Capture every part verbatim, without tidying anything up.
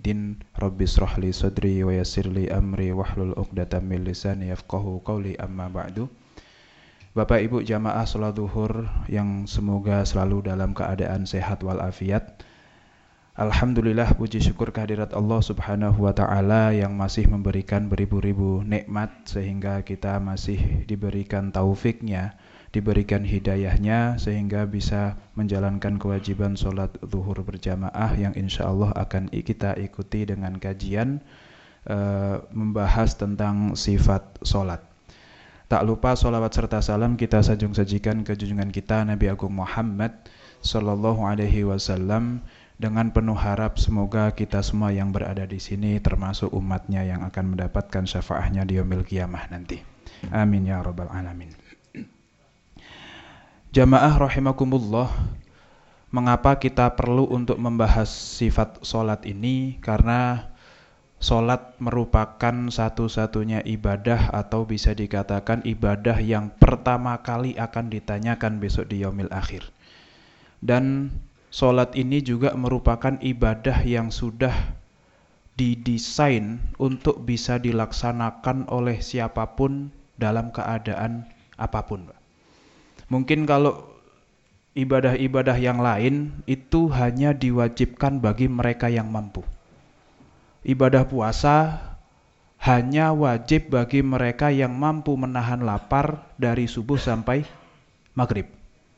yaumiddin. Rabbi shrah li sadri wa yassir li amri wahlul 'uqdatam min lisani yafqahu qawli, amma ba'du. Bapak Ibu jamaah salat zuhur yang semoga selalu dalam keadaan sehat walafiat. Alhamdulillah, puji syukur kehadirat Allah Subhanahu wa taala yang masih memberikan beribu-ribu nikmat sehingga kita masih diberikan taufiknya, diberikan hidayahnya sehingga bisa menjalankan kewajiban sholat zuhur berjamaah yang insya Allah akan kita ikuti dengan kajian uh, membahas tentang sifat sholat. Tak lupa sholawat serta salam kita sanjung sajikan ke junjungan kita Nabi Agung Muhammad Sallallahu Alaihi Wasallam, dengan penuh harap semoga kita semua yang berada di sini termasuk umatnya yang akan mendapatkan syafaatnya di yaumil qiyamah nanti. Amin ya rabbal alamin. Jamaah rahimakumullah, mengapa kita perlu untuk membahas sifat solat ini? Karena solat merupakan satu-satunya ibadah atau bisa dikatakan ibadah yang pertama kali akan ditanyakan besok di yaumil akhir. Dan solat ini juga merupakan ibadah yang sudah didesain untuk bisa dilaksanakan oleh siapapun dalam keadaan apapun. Mungkin kalau ibadah-ibadah yang lain itu hanya diwajibkan bagi mereka yang mampu. Ibadah puasa hanya wajib bagi mereka yang mampu menahan lapar dari subuh sampai maghrib.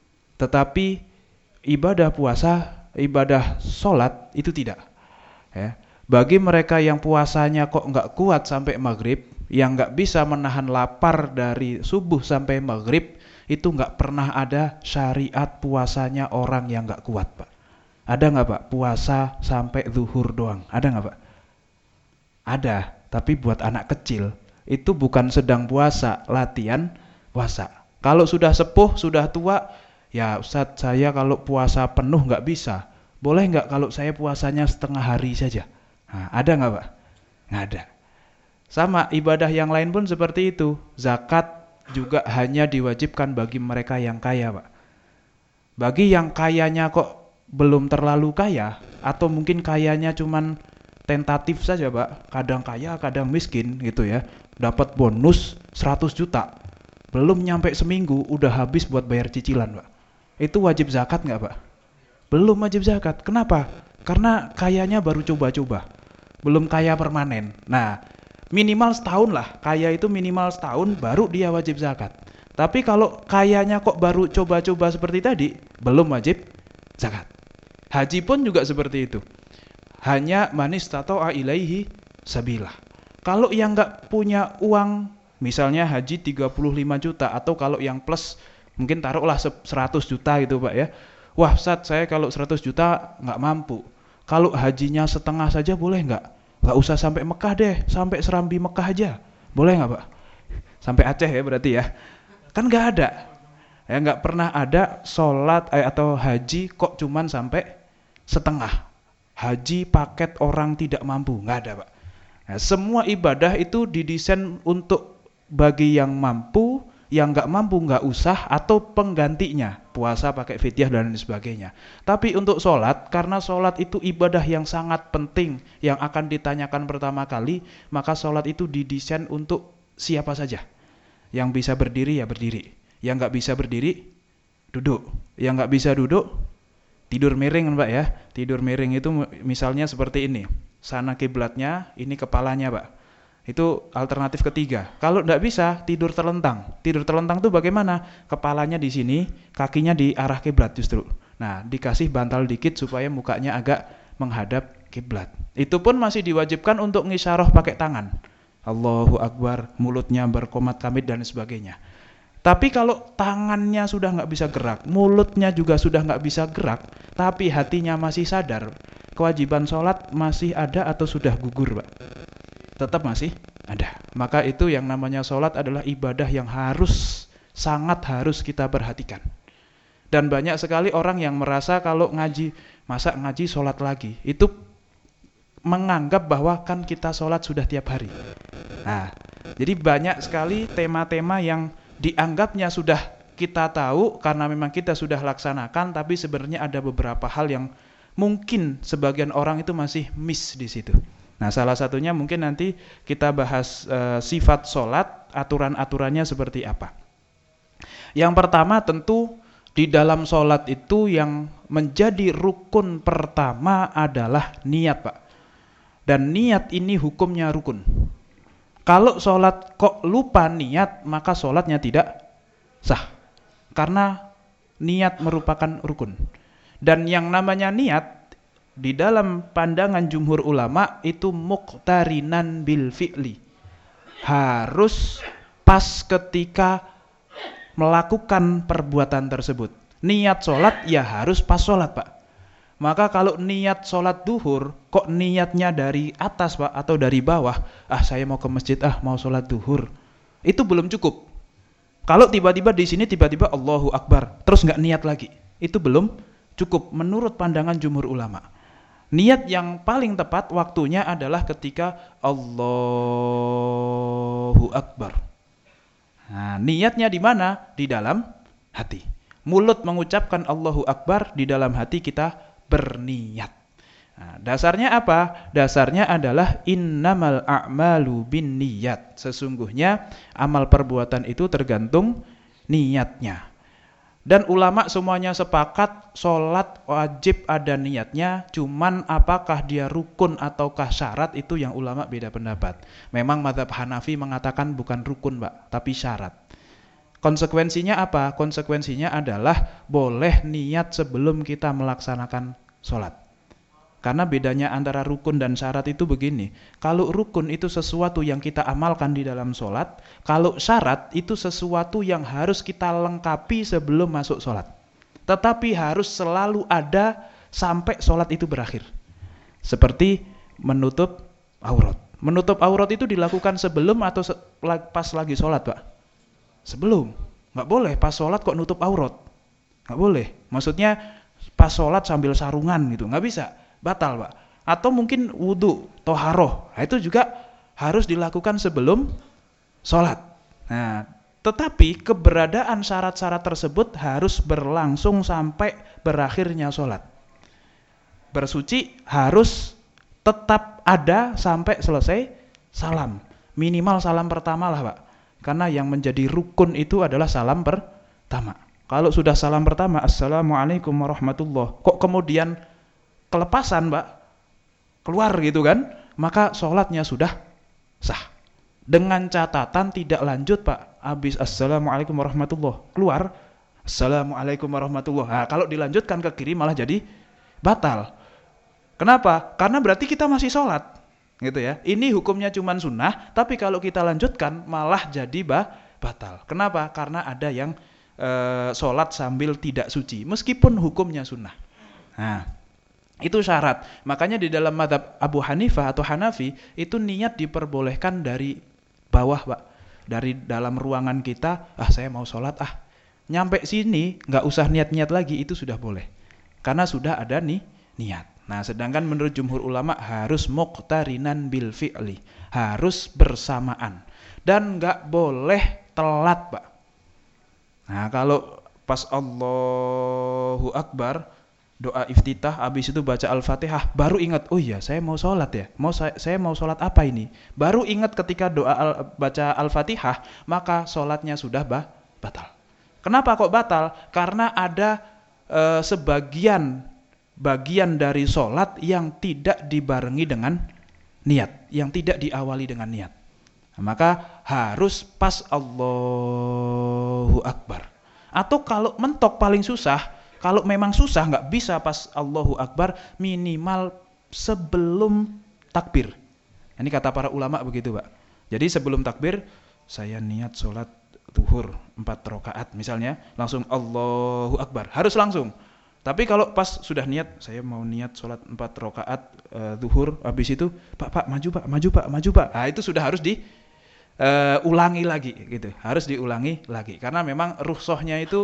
Tetapi ibadah puasa, ibadah sholat itu tidak. Ya. Bagi mereka yang puasanya kok nggak kuat sampai maghrib, yang nggak bisa menahan lapar dari subuh sampai maghrib, itu nggak pernah ada syariat puasanya orang yang nggak kuat, Pak. Ada nggak, Pak, puasa sampai zuhur doang? Ada nggak, Pak? Ada, tapi buat anak kecil itu bukan sedang puasa, latihan puasa. Kalau sudah sepuh, sudah tua, ya Ustadz, saya kalau puasa penuh nggak bisa. Boleh nggak kalau saya puasanya setengah hari saja? Nah, ada nggak, Pak? Nggak ada. Sama ibadah yang lain pun seperti itu. Zakat juga hanya diwajibkan bagi mereka yang kaya, Pak. Bagi yang kayanya kok belum terlalu kaya, atau mungkin kayanya cuman tentatif saja, Pak. Kadang kaya, kadang miskin gitu ya. Dapat bonus seratus juta. Belum nyampe seminggu udah habis buat bayar cicilan, Pak. Itu wajib zakat nggak, Pak? Belum wajib zakat. Kenapa? Karena kayanya baru coba-coba. Belum kaya permanen. Nah, minimal setahun lah. Kaya itu minimal setahun baru dia wajib zakat. Tapi kalau kayanya kok baru coba-coba seperti tadi, belum wajib zakat. Haji pun juga seperti itu. Hanya man istata'a ilaihi sabilah. Kalau yang nggak punya uang, misalnya haji tiga puluh lima juta, atau kalau yang plus mungkin taruhlah seratus juta gitu, Pak ya. Wah, Ustadz, saya kalau seratus juta nggak mampu. Kalau hajinya setengah saja boleh nggak? Nggak usah sampai Mekah deh, sampai Serambi Mekah aja. Boleh nggak, Pak? Sampai Aceh ya berarti ya. Kan nggak ada. Ya, nggak pernah ada sholat eh, atau haji kok cuman sampai setengah. Haji paket orang tidak mampu, nggak ada, Pak. Nah, semua ibadah itu didesain untuk bagi yang mampu, yang nggak mampu nggak usah, atau penggantinya, puasa pakai fidyah dan sebagainya. Tapi untuk sholat, karena sholat itu ibadah yang sangat penting, yang akan ditanyakan pertama kali, maka sholat itu didesain untuk siapa saja. Yang bisa berdiri ya berdiri, yang nggak bisa berdiri duduk, yang nggak bisa duduk tidur miring, Pak ya. Tidur miring itu misalnya seperti ini. Sana kiblatnya, ini kepalanya, Pak. Itu alternatif ketiga. Kalau tidak bisa, tidur terlentang. Tidur terlentang itu bagaimana? Kepalanya di sini, kakinya di arah kiblat justru. Nah, dikasih bantal dikit supaya mukanya agak menghadap kiblat. Itu pun masih diwajibkan untuk ngisyarah pakai tangan. Allahu Akbar, mulutnya berkomat kamit dan sebagainya. Tapi kalau tangannya sudah nggak bisa gerak, mulutnya juga sudah nggak bisa gerak, tapi hatinya masih sadar, kewajiban sholat masih ada atau sudah gugur, Pak? Tetap masih ada. Maka itu yang namanya sholat adalah ibadah yang harus, sangat harus kita perhatikan. Dan banyak sekali orang yang merasa kalau ngaji, masa ngaji sholat lagi, itu menganggap bahwa kan kita sholat sudah tiap hari. Nah, jadi banyak sekali tema-tema yang dianggapnya sudah kita tahu karena memang kita sudah laksanakan, tapi sebenarnya ada beberapa hal yang mungkin sebagian orang itu masih miss di situ. Nah, salah satunya mungkin nanti kita bahas e, sifat sholat, aturan-aturannya seperti apa. Yang pertama tentu di dalam sholat itu yang menjadi rukun pertama adalah niat, Pak. Dan niat ini hukumnya rukun. Kalau sholat kok lupa niat, maka sholatnya tidak sah. Karena niat merupakan rukun. Dan yang namanya niat di dalam pandangan jumhur ulama itu muqtarinan bil fi'li. Harus pas ketika melakukan perbuatan tersebut. Niat sholat ya harus pas sholat, Pak. Maka kalau niat sholat duhur, kok niatnya dari atas, Pak, atau dari bawah, ah saya mau ke masjid, ah mau sholat duhur, itu belum cukup. Kalau tiba-tiba di sini tiba-tiba Allahu Akbar, terus nggak niat lagi, itu belum cukup menurut pandangan jumhur ulama. Niat yang paling tepat waktunya adalah ketika Allahu Akbar. Nah, niatnya di mana? Di dalam hati. Mulut mengucapkan Allahu Akbar, di dalam hati kita berniat. Nah, dasarnya apa? Dasarnya adalah innamal a'malu bin niyat. Sesungguhnya amal perbuatan itu tergantung niatnya. Dan ulama semuanya sepakat sholat wajib ada niatnya, cuman apakah dia rukun ataukah syarat itu yang ulama beda pendapat. Memang mazhab Hanafi mengatakan bukan rukun, Pak, tapi syarat. Konsekuensinya apa? Konsekuensinya adalah boleh niat sebelum kita melaksanakan sholat. Karena bedanya antara rukun dan syarat itu begini. Kalau rukun itu sesuatu yang kita amalkan di dalam sholat. Kalau syarat itu sesuatu yang harus kita lengkapi sebelum masuk sholat. Tetapi harus selalu ada sampai sholat itu berakhir. Seperti menutup aurat. Menutup aurat itu dilakukan sebelum atau se- pas lagi sholat, Pak? Sebelum. Nggak boleh pas sholat kok nutup aurat. Nggak boleh. Maksudnya pas sholat sambil sarungan gitu. Nggak bisa. Batal, Pak. Atau mungkin wudhu, toharoh, nah, itu juga harus dilakukan sebelum sholat. Nah, tetapi keberadaan syarat-syarat tersebut harus berlangsung sampai berakhirnya sholat. Bersuci harus tetap ada sampai selesai salam. Minimal salam pertama lah, Pak. Karena yang menjadi rukun itu adalah salam pertama. Kalau sudah salam pertama, Assalamualaikum warahmatullahi wabarakatuh, kok kemudian kelepasan, Mbak, keluar gitu kan, maka sholatnya sudah sah. Dengan catatan tidak lanjut, Pak, habis Assalamualaikum warahmatullahi wabarakatuh, keluar Assalamualaikum warahmatullahi wabarakatuh. Nah, kalau dilanjutkan ke kiri malah jadi batal. Kenapa? Karena berarti kita masih sholat, gitu ya. Ini hukumnya cuma sunnah, tapi kalau kita lanjutkan malah jadi bah, batal. Kenapa? Karena ada yang e, sholat sambil tidak suci, meskipun hukumnya sunnah. Nah, itu syarat. Makanya di dalam mazhab Abu Hanifah atau Hanafi itu niat diperbolehkan dari bawah, Pak. Dari dalam ruangan kita, ah saya mau sholat, ah nyampe sini nggak usah niat-niat lagi, itu sudah boleh. Karena sudah ada nih niat. Nah, sedangkan menurut jumhur ulama harus muqtarinan bil fi'li, harus bersamaan dan nggak boleh telat, Pak. Nah, kalau pas Allahu Akbar doa iftitah, habis itu baca Al-Fatihah, baru ingat, oh iya saya mau sholat ya, mau saya, saya mau sholat apa ini, baru ingat ketika doa al, baca Al-Fatihah, maka sholatnya sudah bah, batal. Kenapa kok batal? Karena ada e, sebagian bagian dari sholat yang tidak dibarengi dengan niat, yang tidak diawali dengan niat. Nah, maka harus pas Allahu Akbar. Atau kalau mentok paling susah, kalau memang susah nggak bisa pas Allahu Akbar, minimal sebelum takbir. Ini kata para ulama begitu, Pak. Jadi sebelum takbir, saya niat sholat zuhur empat rakaat misalnya, langsung Allahu Akbar, harus langsung. Tapi kalau pas sudah niat, saya mau niat sholat empat rakaat uh, zuhur, habis itu Pak Pak maju Pak, maju Pak, maju Pak. Nah, itu sudah harus di uh, ulangi lagi, gitu. Harus diulangi lagi, karena memang rukhsahnya itu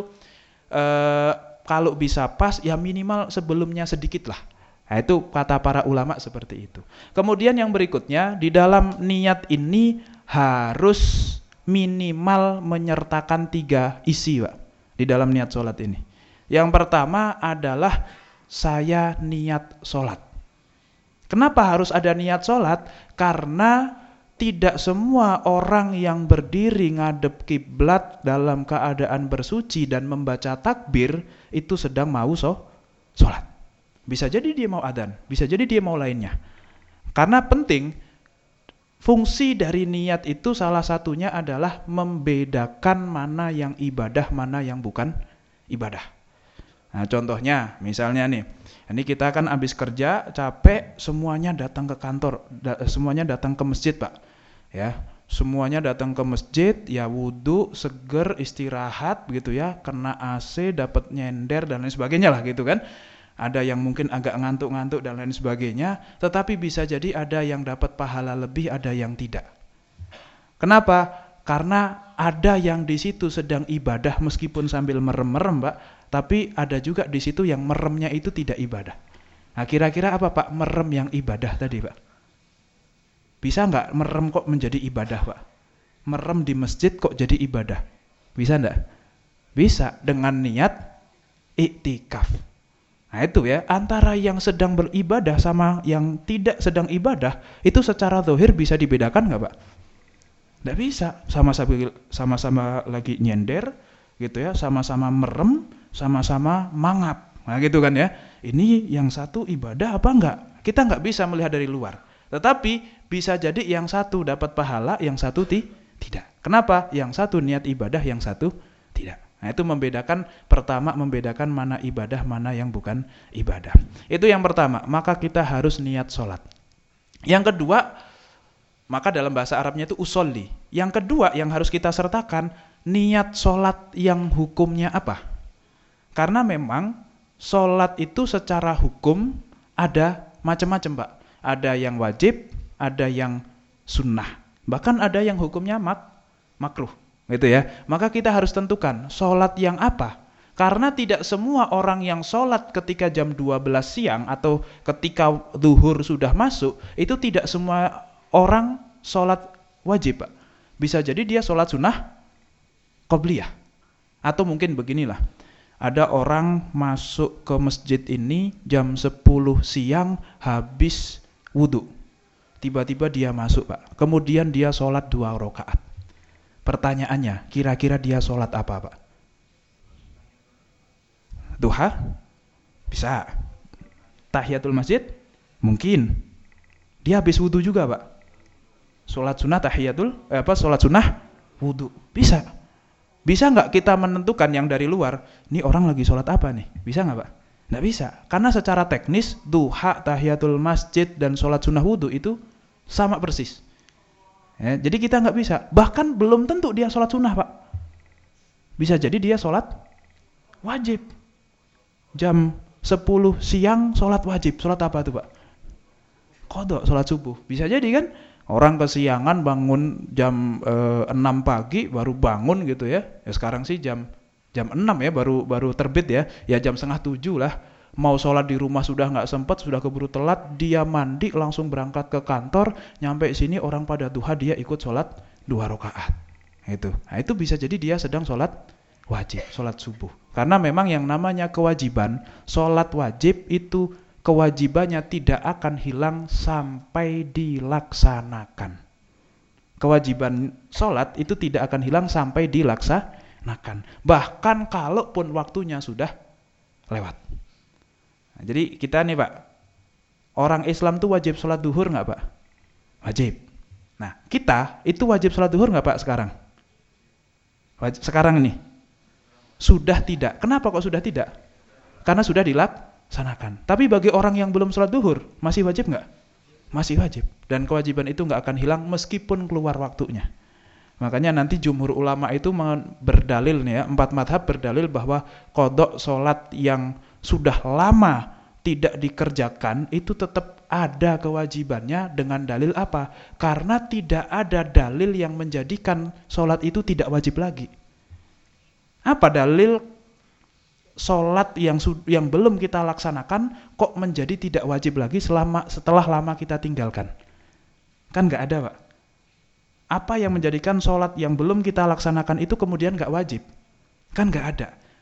uh, kalau bisa pas, ya minimal sebelumnya sedikit lah. Nah, itu kata para ulama seperti itu. Kemudian yang berikutnya, di dalam niat ini harus minimal menyertakan tiga isi, Pak, di dalam niat sholat ini. Yang pertama adalah saya niat sholat. Kenapa harus ada niat sholat? Karena tidak semua orang yang berdiri ngadep kiblat dalam keadaan bersuci dan membaca takbir itu sedang mau so, sholat. Bisa jadi dia mau adzan, bisa jadi dia mau lainnya. Karena penting, fungsi dari niat itu salah satunya adalah membedakan mana yang ibadah, mana yang bukan ibadah. Nah, contohnya, misalnya nih, ini kita kan habis kerja, capek, semuanya datang ke kantor, da, semuanya datang ke masjid, Pak. Ya, semuanya datang ke masjid, ya wudhu, seger, istirahat, gitu ya, kena A C, dapat nyender dan lain sebagainya lah, gitu kan. Ada yang mungkin agak ngantuk-ngantuk dan lain sebagainya, tetapi bisa jadi ada yang dapat pahala lebih, ada yang tidak. Kenapa? Karena ada yang di situ sedang ibadah meskipun sambil merem-merem, Pak. Tapi ada juga di situ yang meremnya itu tidak ibadah. Nah, kira-kira apa, Pak, merem yang ibadah tadi, Pak? Bisa nggak merem kok menjadi ibadah, Pak? Merem di masjid kok jadi ibadah? Bisa nggak? Bisa, dengan niat iktikaf. Nah itu ya, antara yang sedang beribadah sama yang tidak sedang ibadah, itu secara zahir bisa dibedakan nggak, Pak? Nggak bisa, sama-sama sama-sama lagi nyender, gitu ya, sama-sama merem, sama-sama mangap. Nah gitu kan ya. Ini yang satu ibadah apa enggak? Kita enggak bisa melihat dari luar. Tetapi bisa jadi yang satu dapat pahala, yang satu ti- tidak. Kenapa? Yang satu niat ibadah, yang satu tidak. Nah itu membedakan, pertama membedakan mana ibadah, mana yang bukan ibadah. Itu yang pertama, maka kita harus niat sholat. Yang kedua, maka dalam bahasa Arabnya itu usolli. Yang kedua yang harus kita sertakan, niat sholat yang hukumnya apa? Karena memang sholat itu secara hukum ada macam-macam, Pak. Ada yang wajib, ada yang sunnah. Bahkan ada yang hukumnya mak makruh, gitu ya. Maka kita harus tentukan sholat yang apa. Karena tidak semua orang yang sholat ketika jam dua belas siang atau ketika zuhur sudah masuk, itu tidak semua orang sholat wajib, Pak. Bisa jadi dia sholat sunnah qobliyah. Atau mungkin beginilah. Ada orang masuk ke masjid ini jam sepuluh siang habis wudhu. Tiba-tiba dia masuk, Pak. Kemudian dia sholat dua rakaat. Pertanyaannya, kira-kira dia sholat apa, Pak? Duha? Bisa. Tahiyatul masjid? Mungkin. Dia habis wudhu juga, Pak. Sholat sunnah tahiyatul, eh, apa? Sholat sunnah wudhu. Bisa. Bisa nggak kita menentukan yang dari luar, ini orang lagi sholat apa nih? Bisa nggak, Pak? Nggak bisa. Karena secara teknis, duha, tahiyatul masjid, dan sholat sunnah wudhu itu sama persis. Ya, jadi kita nggak bisa. Bahkan belum tentu dia sholat sunnah, Pak. Bisa jadi dia sholat wajib. Jam sepuluh siang sholat wajib. Sholat apa tuh, Pak? Qadha, sholat subuh. Bisa jadi kan? Orang kesiangan bangun jam e, enam pagi baru bangun gitu ya. Ya sekarang sih jam jam enam ya baru baru terbit ya. Ya jam setengah tujuh lah. Mau sholat di rumah sudah nggak sempat, sudah keburu telat. Dia mandi langsung berangkat ke kantor. Nyampe sini orang pada duha dia ikut sholat dua rakaat. Itu. Nah, itu bisa jadi dia sedang sholat wajib, sholat subuh. Karena memang yang namanya kewajiban, sholat wajib itu kewajibannya tidak akan hilang sampai dilaksanakan. Kewajiban sholat itu tidak akan hilang sampai dilaksanakan. Bahkan kalaupun waktunya sudah lewat. Nah, jadi kita nih, Pak, orang Islam tuh wajib sholat duhur nggak, Pak? Wajib. Nah, kita itu wajib sholat duhur nggak, Pak, sekarang? Wajib, sekarang ini? Sudah tidak. Kenapa kok sudah tidak? Karena sudah dilaksanakan. Sanakan. Tapi bagi orang yang belum sholat duhur, masih wajib nggak? Masih wajib. Dan kewajiban itu nggak akan hilang meskipun keluar waktunya. Makanya nanti jumhur ulama itu berdalil nih ya, empat madhab berdalil bahwa qadha sholat yang sudah lama tidak dikerjakan itu tetap ada kewajibannya dengan dalil apa? Karena tidak ada dalil yang menjadikan sholat itu tidak wajib lagi. Apa dalil sholat yang yang belum kita laksanakan kok menjadi tidak wajib lagi selama setelah lama kita tinggalkan? Kan nggak ada, Pak. Apa yang menjadikan sholat yang belum kita laksanakan itu kemudian nggak wajib? Kan nggak ada.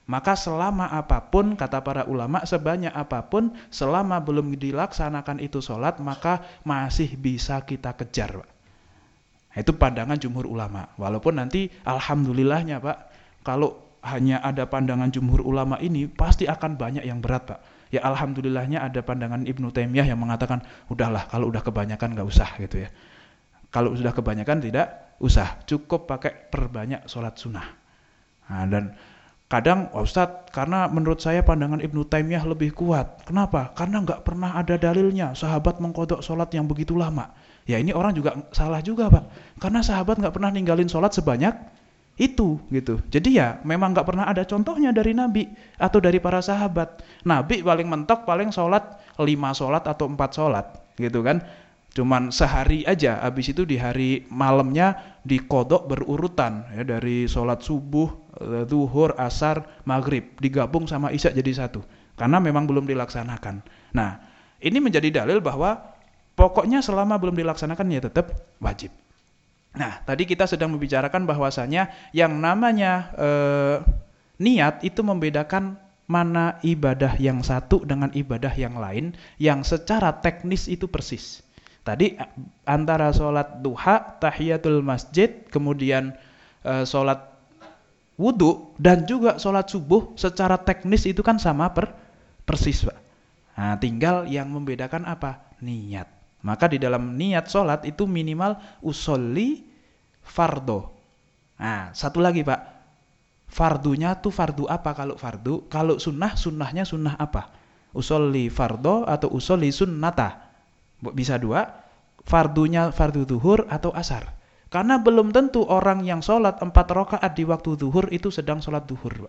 Maka selama apapun, kata para ulama, sebanyak apapun, selama belum dilaksanakan itu sholat, maka masih bisa kita kejar, Pak. Itu pandangan jumhur ulama. Walaupun nanti alhamdulillahnya, Pak, kalau hanya ada pandangan jumhur ulama ini, pasti akan banyak yang berat, Pak. Ya alhamdulillahnya ada pandangan Ibnu Taimiyah yang mengatakan, udahlah kalau udah kebanyakan nggak usah gitu ya. Kalau sudah kebanyakan tidak usah, cukup pakai perbanyak sholat sunnah. Nah, dan kadang, Wah Ustadz, karena menurut saya pandangan Ibnu Taimiyah lebih kuat. Kenapa? Karena nggak pernah ada dalilnya sahabat mengqadha sholat yang begitu lama. Ya ini orang juga salah juga, Pak. Karena sahabat nggak pernah ninggalin sholat sebanyak itu, gitu. Jadi ya memang nggak pernah ada contohnya dari Nabi atau dari para sahabat. Nabi paling mentok paling sholat lima sholat atau empat sholat, gitu kan. Cuman sehari aja, habis itu di hari malamnya diqadha berurutan ya, dari sholat subuh, zuhur, asar, maghrib digabung sama isya jadi satu, karena memang belum dilaksanakan. Nah, ini menjadi dalil bahwa pokoknya selama belum dilaksanakan ya tetap wajib. Nah, tadi kita sedang membicarakan bahwasanya yang namanya eh, niat itu membedakan mana ibadah yang satu dengan ibadah yang lain yang secara teknis itu persis. Tadi antara sholat duha, tahiyatul masjid, kemudian e, sholat wudhu, dan juga sholat subuh secara teknis itu kan sama per, persis, Pak. Nah, tinggal yang membedakan apa? Niat. Maka di dalam niat sholat itu minimal usolli fardo. Nah, satu lagi, Pak. Fardunya tuh fardu apa kalau fardu? Kalau sunnah, sunnahnya sunnah apa? Usolli fardo atau usolli sunnata. Bisa dua, fardunya fardu zuhur atau asar. Karena belum tentu orang yang sholat empat rakaat di waktu zuhur itu sedang sholat zuhur.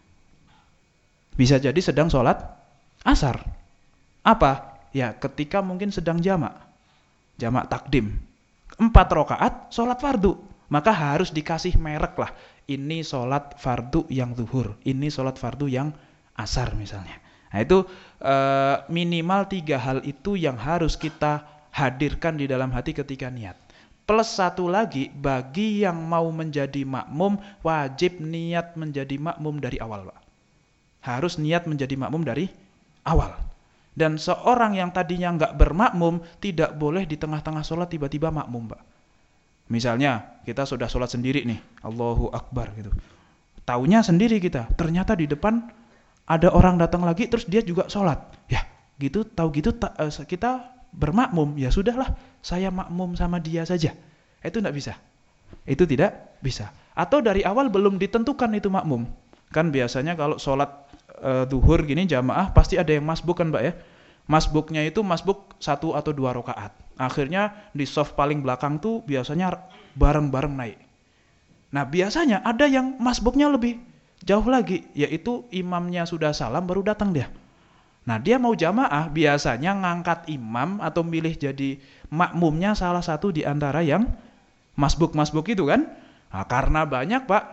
Bisa jadi sedang sholat asar. Apa? Ya ketika mungkin sedang jamak. Jamak takdim. Empat rakaat sholat fardu. Maka harus dikasih merek lah. Ini sholat fardu yang zuhur. Ini sholat fardu yang asar misalnya. Nah itu e, minimal tiga hal itu yang harus kita hadirkan di dalam hati ketika niat. Plus satu lagi, bagi yang mau menjadi makmum, wajib niat menjadi makmum dari awal, Pak. Harus niat menjadi makmum dari awal. Dan seorang yang tadinya nggak bermakmum, tidak boleh di tengah-tengah sholat tiba-tiba makmum, Pak. Misalnya, kita sudah sholat sendiri nih, Allahu Akbar gitu. Taunya sendiri kita, ternyata di depan ada orang datang lagi terus dia juga sholat. Ya, gitu tahu gitu ta, uh, kita bermakmum, ya sudahlah, saya makmum sama dia saja. Itu tidak bisa. Itu tidak bisa. Atau dari awal belum ditentukan itu makmum. Kan biasanya kalau sholat uh, duhur gini jamaah pasti ada yang masbuk kan, Mbak ya. Masbuknya itu masbuk satu atau dua rakaat. Akhirnya di soft paling belakang tuh biasanya bareng-bareng naik. Nah, biasanya ada yang masbuknya lebih jauh lagi, yaitu imamnya sudah salam baru datang dia. Nah, dia mau jamaah biasanya ngangkat imam atau milih jadi makmumnya salah satu di antara yang masbuk-masbuk itu kan. Nah, karena banyak, Pak,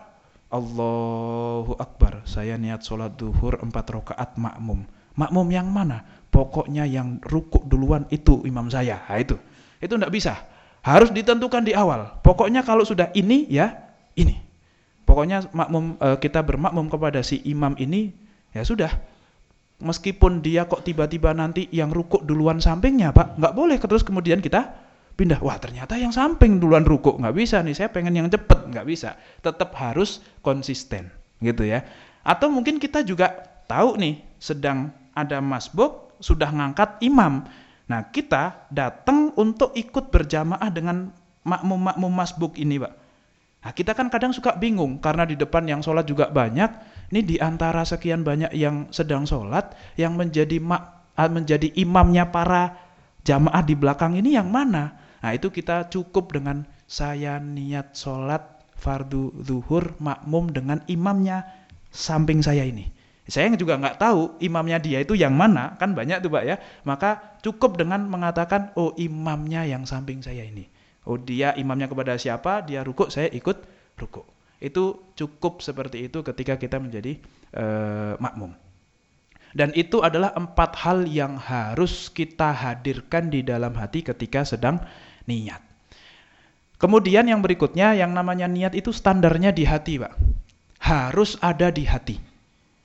Allahu Akbar, saya niat sholat duhur empat rakaat makmum. Makmum yang mana? Pokoknya yang rukuk duluan itu imam saya. Nah, itu. Itu enggak bisa. Harus ditentukan di awal. Pokoknya kalau sudah ini ya ini. Pokoknya makmum e, kita bermakmum kepada si imam ini, ya sudah. Meskipun dia kok tiba-tiba nanti yang rukuk duluan sampingnya, Pak, nggak boleh terus kemudian kita pindah. Wah, ternyata yang samping duluan rukuk, nggak bisa nih. Saya pengen yang cepet, nggak bisa. Tetap harus konsisten, gitu ya. Atau mungkin kita juga tahu nih, sedang ada masbuk sudah ngangkat imam. Nah, kita datang untuk ikut berjamaah dengan makmum-makmum masbuk ini, Pak. Nah, kita kan kadang suka bingung karena di depan yang sholat juga banyak. Ini di antara sekian banyak yang sedang sholat, yang menjadi mak, menjadi imamnya para jamaah di belakang ini yang mana? Nah, itu kita cukup dengan saya niat sholat fardu zuhur makmum dengan imamnya samping saya ini. Saya juga nggak tahu imamnya dia itu yang mana, kan banyak tuh, Pak ya. Maka cukup dengan mengatakan, oh imamnya yang samping saya ini. Oh dia imamnya kepada siapa, dia rukuk, saya ikut rukuk. Itu cukup seperti itu ketika kita menjadi uh, makmum. Dan itu adalah empat hal yang harus kita hadirkan di dalam hati ketika sedang niat. Kemudian yang berikutnya, yang namanya niat itu standarnya di hati, Pak. Harus ada di hati.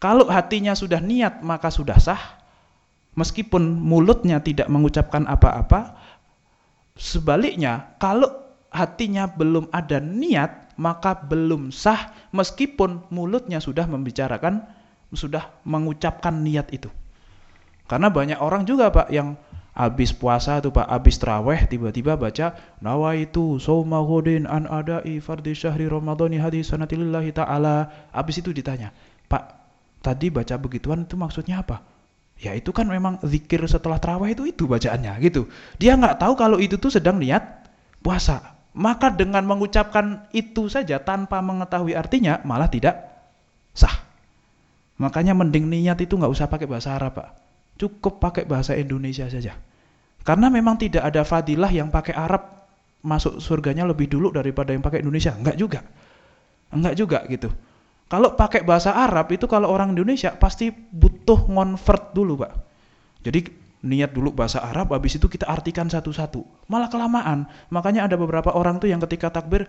Kalau hatinya sudah niat maka sudah sah, meskipun mulutnya tidak mengucapkan apa-apa. Sebaliknya, kalau hatinya belum ada niat maka belum sah, meskipun mulutnya sudah membicarakan, sudah mengucapkan niat itu. Karena banyak orang juga Pak yang habis puasa tuh Pak, habis taraweh tiba-tiba baca nawaitu shauma ghadin an adai fardhi syahri ramadhani hadis sanatilillahi ta'ala. Habis itu ditanya, "Pak, tadi baca begituan itu maksudnya apa?" Ya itu kan memang zikir setelah taraweh itu itu bacaannya gitu. Dia nggak tahu kalau itu tuh sedang niat puasa. Maka dengan mengucapkan itu saja tanpa mengetahui artinya malah tidak sah. Makanya mending niat itu nggak usah pakai bahasa Arab Pak. Cukup pakai bahasa Indonesia saja. Karena memang tidak ada fadilah yang pakai Arab masuk surganya lebih dulu daripada yang pakai Indonesia. Enggak juga. Enggak juga gitu. Kalau pakai bahasa Arab itu kalau orang Indonesia pasti butuh ngonvert dulu Pak. Jadi niat dulu bahasa Arab, habis itu kita artikan satu-satu. Malah kelamaan. Makanya ada beberapa orang tuh yang ketika takbir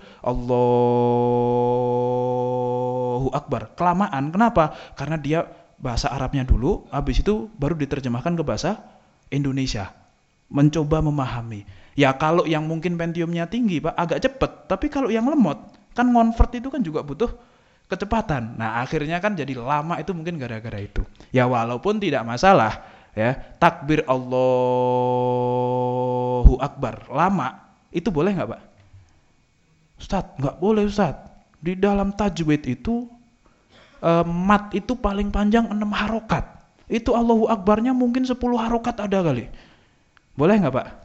Allahu Akbar. Kelamaan. Kenapa? Karena dia bahasa Arabnya dulu, habis itu baru diterjemahkan ke bahasa Indonesia. Mencoba memahami. Ya kalau yang mungkin pentiumnya tinggi Pak, agak cepet. Tapi kalau yang lemot, kan ngonvert itu kan juga butuh kecepatan. Nah akhirnya kan jadi lama itu mungkin gara-gara itu. Ya walaupun tidak masalah ya, takbir Allahu Akbar lama itu boleh nggak Pak? Ustadz, nggak boleh Ustadz. Di dalam tajwid itu eh, mat itu paling panjang enam harokat. Itu Allahu Akbarnya mungkin sepuluh harokat ada kali. Boleh nggak Pak?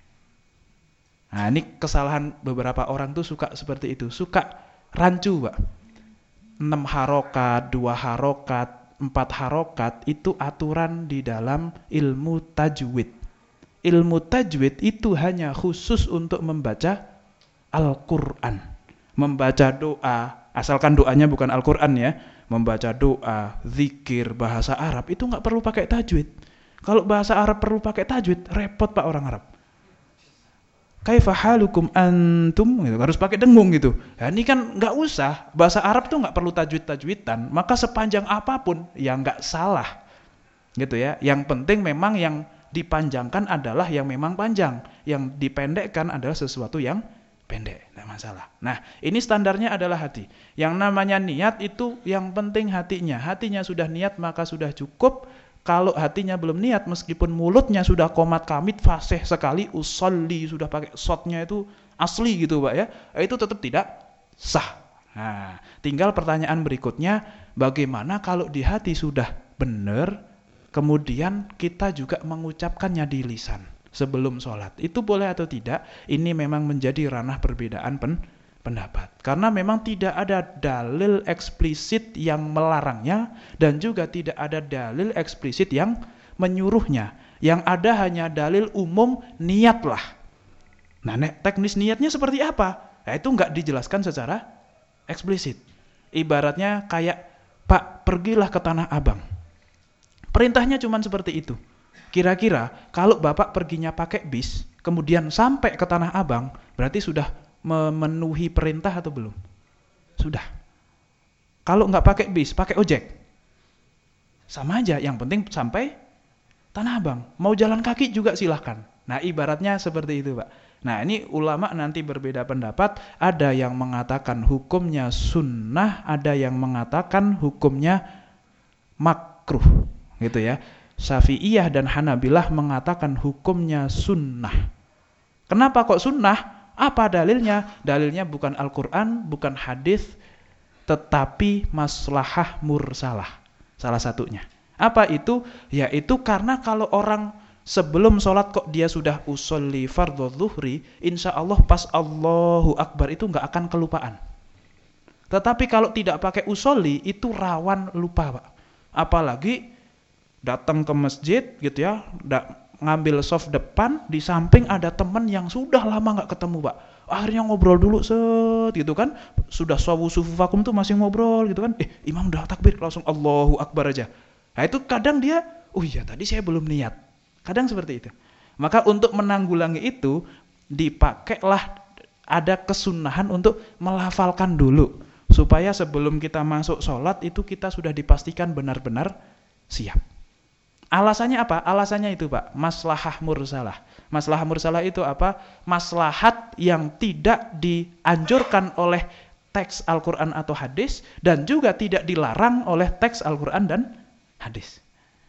Nah ini kesalahan beberapa orang tuh suka seperti itu. Suka rancu Pak. enam harokat, dua harokat, empat harokat itu aturan di dalam ilmu tajwid. Ilmu tajwid itu hanya khusus untuk membaca Al-Quran. Membaca doa, asalkan doanya bukan Al-Quran ya. Membaca doa, zikir, bahasa Arab itu nggak perlu pakai tajwid. Kalau bahasa Arab perlu pakai tajwid, repot Pak orang Arab. Kaifa halukum antum gitu, harus pakai dengung gitu. Nah, ini kan nggak usah, bahasa Arab tuh nggak perlu tajwid-tajwidan, maka sepanjang apapun ya nggak salah gitu ya. Yang penting memang yang dipanjangkan adalah yang memang panjang, yang dipendekkan adalah sesuatu yang pendek, nggak masalah. Nah ini standarnya adalah hati. Yang namanya niat itu yang penting hatinya. Hatinya sudah niat maka sudah cukup. Kalau hatinya belum niat, meskipun mulutnya sudah komat kamit, fasih sekali, usolli, sudah pakai shotnya itu asli gitu Pak ya, itu tetap tidak sah. Nah, tinggal pertanyaan berikutnya, bagaimana kalau di hati sudah benar, kemudian kita juga mengucapkannya di lisan sebelum sholat. Itu boleh atau tidak? Ini memang menjadi ranah perbedaan pen pendapat. Karena memang tidak ada dalil eksplisit yang melarangnya dan juga tidak ada dalil eksplisit yang menyuruhnya. Yang ada hanya dalil umum niatlah. Nah, teknis niatnya seperti apa? Nah, itu nggak dijelaskan secara eksplisit. Ibaratnya kayak, Pak, pergilah ke Tanah Abang. Perintahnya cuma seperti itu. Kira-kira kalau Bapak perginya pakai bis, kemudian sampai ke Tanah Abang, berarti sudah memenuhi perintah atau belum? Sudah. Kalau nggak pakai bis, pakai ojek, sama aja. Yang penting sampai Tanah Abang. Mau jalan kaki juga silahkan. Nah ibaratnya seperti itu Pak. Nah ini ulama nanti berbeda pendapat. Ada yang mengatakan hukumnya sunnah, ada yang mengatakan hukumnya makruh, gitu ya. Syafi'iyah dan Hanabilah mengatakan hukumnya sunnah. Kenapa kok sunnah? Apa dalilnya? Dalilnya bukan Al-Quran, bukan hadis, tetapi maslahah mursalah. Salah satunya. Apa itu? Yaitu karena kalau orang sebelum sholat kok dia sudah usolli fardhu zuhri, insya Allah pas Allahu Akbar itu nggak akan kelupaan. Tetapi kalau tidak pakai usolli itu rawan lupa Pak. Apalagi datang ke masjid gitu ya, ngambil soft depan, di samping ada teman yang sudah lama nggak ketemu Pak. Akhirnya ngobrol dulu set gitu kan, sudah sawu sufufakum tuh masih ngobrol gitu kan. Eh imam udah takbir langsung Allahu Akbar aja. Nah itu kadang dia, oh iya tadi saya belum niat. Kadang seperti itu. Maka untuk menanggulangi itu dipakailah ada kesunahan untuk melafalkan dulu. supaya sebelum kita masuk sholat itu kita sudah dipastikan benar-benar siap. Alasannya apa? Alasannya itu Pak, maslahah mursalah. Maslahah mursalah itu apa? Maslahat yang tidak dianjurkan oleh teks Al-Quran atau hadis, dan juga tidak dilarang oleh teks Al-Quran dan hadis.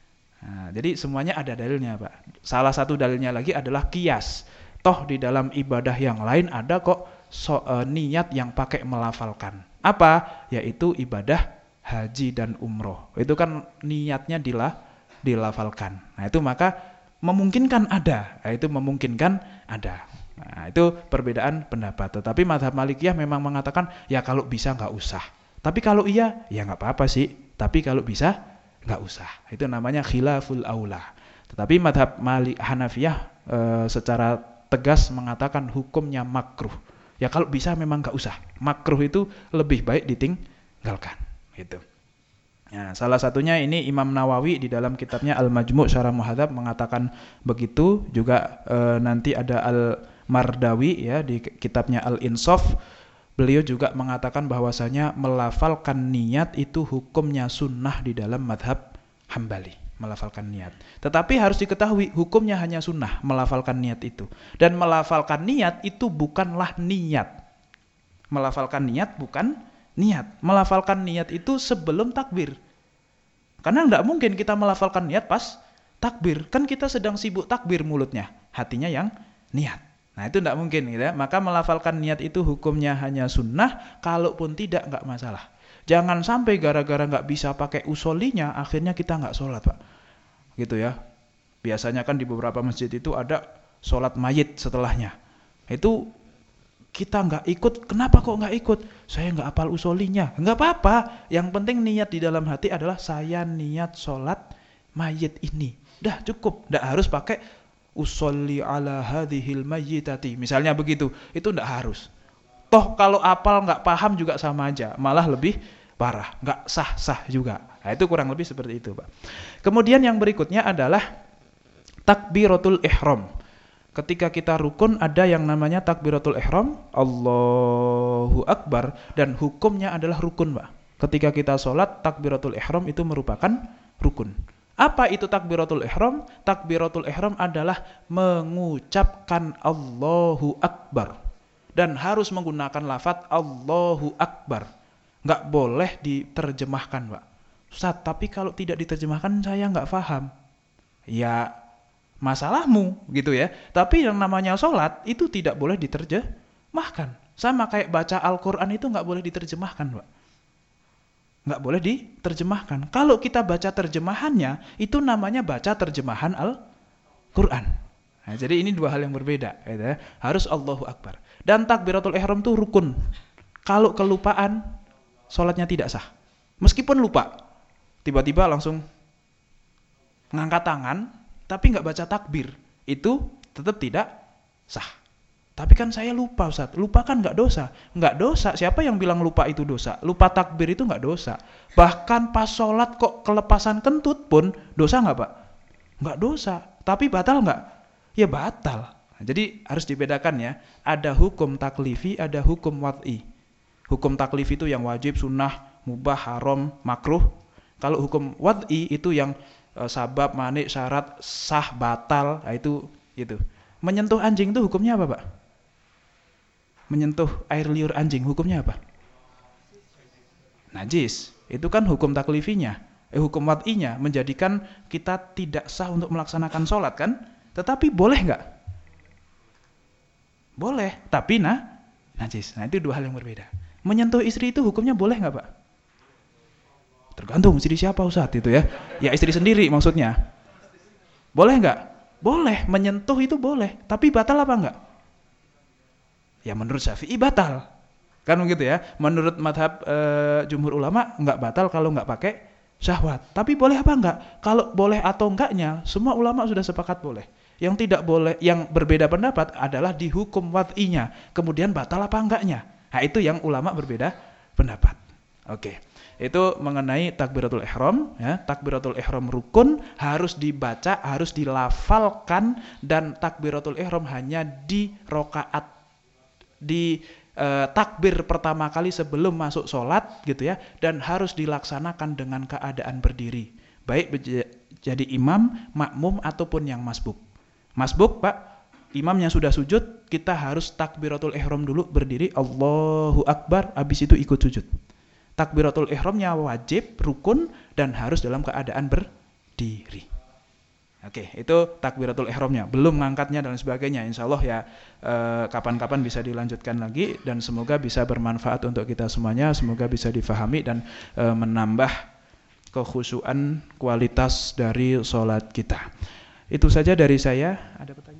Nah, jadi semuanya ada dalilnya Pak. Salah satu dalilnya lagi adalah qiyas. Toh di dalam ibadah yang lain ada kok so, e, niat yang pakai melafalkan. Apa? Yaitu ibadah haji dan umroh. Itu kan niatnya dilah, dilafalkan. Nah itu maka memungkinkan ada. Nah, itu memungkinkan ada. Nah itu perbedaan pendapat. Tetapi mazhab Malikiyah memang mengatakan ya kalau bisa nggak usah. Tapi kalau iya ya nggak apa-apa sih. Tapi kalau bisa nggak usah. Itu namanya khilaful aula. Tetapi mazhab Malik Hanafiyah e, secara tegas mengatakan hukumnya makruh. Ya kalau bisa memang nggak usah. Makruh itu lebih baik ditinggalkan. Gitu. Nah, salah satunya ini Imam Nawawi di dalam kitabnya Al-Majmu' Syarah Muhadzab mengatakan begitu. Juga e, nanti ada Al-Mardawi ya di kitabnya Al-Insaf. Beliau juga mengatakan bahwasanya melafalkan niat itu hukumnya sunnah di dalam madhab Hambali. Melafalkan niat. Tetapi harus diketahui hukumnya hanya sunnah melafalkan niat itu. Dan melafalkan niat itu bukanlah niat. Melafalkan niat bukan niat. Melafalkan niat itu sebelum takbir. Karena tidak mungkin kita melafalkan niat pas takbir. Kan kita sedang sibuk takbir mulutnya. Hatinya yang niat. Nah itu tidak mungkin. Gitu ya. Maka melafalkan niat itu hukumnya hanya sunnah. Kalaupun tidak, nggak masalah. Jangan sampai gara-gara nggak bisa pakai usolinya, akhirnya kita nggak sholat Pak. Gitu ya. Biasanya kan di beberapa masjid itu ada sholat mayit setelahnya. Itu kita nggak ikut, kenapa kok nggak ikut? Saya nggak hafal usolinya. Nggak apa-apa, yang penting niat di dalam hati adalah saya niat sholat mayit ini. Dah cukup, nggak harus pakai usolli ala hadhil mayyitati. Misalnya begitu, itu nggak harus. Toh kalau hafal nggak paham juga sama aja, malah lebih parah, nggak sah-sah juga. Nah, itu kurang lebih seperti itu Pak. Kemudian yang berikutnya adalah takbiratul ihram. Ketika kita rukun ada yang namanya takbiratul ihram, Allahu Akbar, dan hukumnya adalah rukun Pak. Ketika kita sholat, takbiratul ihram itu merupakan rukun. Apa itu takbiratul ihram? Takbiratul ihram adalah mengucapkan Allahu Akbar. Dan harus menggunakan lafaz Allahu Akbar. Nggak boleh diterjemahkan Pak. Ustaz, tapi kalau tidak diterjemahkan saya nggak paham. Ya masalahmu gitu ya. Tapi yang namanya sholat itu tidak boleh diterjemahkan. Sama kayak baca Al-Quran itu nggak boleh diterjemahkan Pak. Nggak boleh diterjemahkan. Kalau kita baca terjemahannya, itu namanya baca terjemahan Al-Quran. Nah, jadi ini dua hal yang berbeda. Gitu ya. Harus Allahu Akbar. Dan takbiratul ihram itu rukun. Kalau kelupaan, sholatnya tidak sah. Meskipun lupa, tiba-tiba langsung ngangkat tangan, tapi nggak baca takbir, itu tetap tidak sah. Tapi kan saya lupa Ustaz. Lupa kan nggak dosa. Nggak dosa. Siapa yang bilang lupa itu dosa? Lupa takbir itu nggak dosa. Bahkan pas sholat kok kelepasan kentut pun dosa nggak Pak? Nggak dosa. Tapi batal nggak? Ya batal. Nah, jadi harus dibedakan ya. Ada hukum taklifi, ada hukum wad'i. Hukum taklifi itu yang wajib, sunnah, mubah, haram, makruh. Kalau hukum wad'i itu yang e, sabab, manik, syarat, sah, batal. Nah, itu gitu. Menyentuh anjing itu hukumnya apa Pak? Menyentuh air liur anjing hukumnya apa? Najis. Itu kan hukum taklifinya. Eh, hukum wad'inya menjadikan kita tidak sah untuk melaksanakan sholat kan? Tetapi boleh nggak? Boleh, tapi nah najis. Nah itu dua hal yang berbeda. Menyentuh istri itu hukumnya boleh nggak Pak? Tergantung istri siapa Ustaz itu ya. Ya istri sendiri maksudnya. Boleh nggak? Boleh, menyentuh itu boleh. Tapi batal apa enggak? Ya menurut Syafi'i batal. Kan begitu ya. Menurut madhab e, jumhur ulama enggak batal kalau enggak pakai syahwat. Tapi boleh apa enggak? Kalau boleh atau enggaknya, semua ulama sudah sepakat boleh. Yang tidak boleh, yang berbeda pendapat adalah di hukum wad'inya. Kemudian batal apa enggaknya. Nah itu yang ulama berbeda pendapat. Oke. Itu mengenai takbiratul ihram ya. Takbiratul ihram rukun, harus dibaca, harus dilafalkan, dan takbiratul ihram hanya di rakaat di eh, takbir pertama kali sebelum masuk sholat gitu ya, dan harus dilaksanakan dengan keadaan berdiri, baik jadi imam, makmum ataupun yang masbuk. Masbuk Pak, imamnya sudah sujud, kita harus takbiratul ihram dulu, berdiri Allahu Akbar, habis itu ikut sujud. Takbiratul ihramnya wajib, rukun, dan harus dalam keadaan berdiri. Oke, itu takbiratul ihramnya, belum ngangkatnya dan sebagainya. Insya Allah ya eh, kapan-kapan bisa dilanjutkan lagi, dan semoga bisa bermanfaat untuk kita semuanya, semoga bisa difahami dan eh, menambah kekhusyuan kualitas dari sholat kita. Itu saja dari saya. Ada pertanyaan?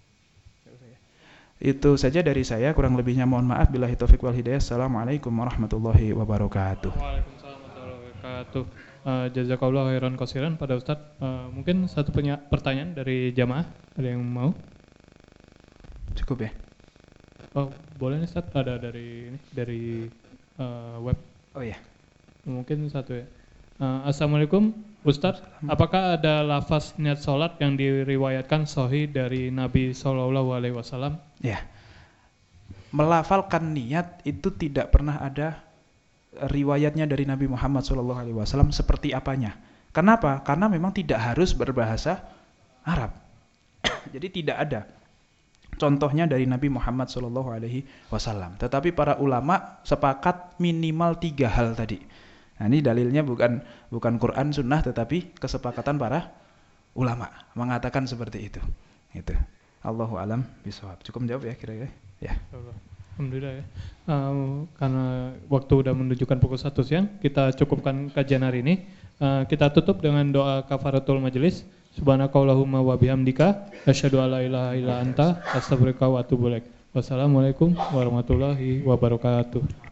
Itu saja dari saya, kurang lebihnya mohon maaf. Billahi taufiq wal hidayah. Assalamualaikum warahmatullahi wabarakatuh. Waalaikumsalam warahmatullahi wabarakatuh. Uh, Jazakallah khairan qasiran pada Ustadz. Uh, mungkin satu penya- pertanyaan dari jamaah, ada yang mau? Cukup ya? Oh, boleh nih Ustadz, ada dari ini dari uh, web. Oh ya. Mungkin satu ya. Uh, Assalamualaikum Ustadz, apakah ada lafaz niat sholat yang diriwayatkan sahih dari Nabi Shallallahu Alaihi Wasallam? Ya, melafalkan niat itu tidak pernah ada riwayatnya dari Nabi Muhammad shallallahu alaihi wasallam seperti apanya. Kenapa? Karena memang tidak harus berbahasa Arab. Jadi tidak ada contohnya dari Nabi Muhammad shallallahu alaihi wasallam. Tetapi para ulama sepakat minimal tiga hal tadi. Nah, ini dalilnya bukan bukan Quran Sunnah, tetapi kesepakatan para ulama mengatakan seperti itu. Itu. Allahu alam bisawab. Cukup menjawab ya kira-kira? Ya. Alhamdulillah ya. Uh, karena waktu udah menunjukkan pukul satu siang, kita cukupkan kajian hari ini. Uh, kita tutup dengan doa kafaratul majelis. Subhanakallahumma wa bihamdika asyhadu an la ilaha illa anta astaghfiruka wa atubu ilaik. Wassalamualaikum warahmatullahi wabarakatuh.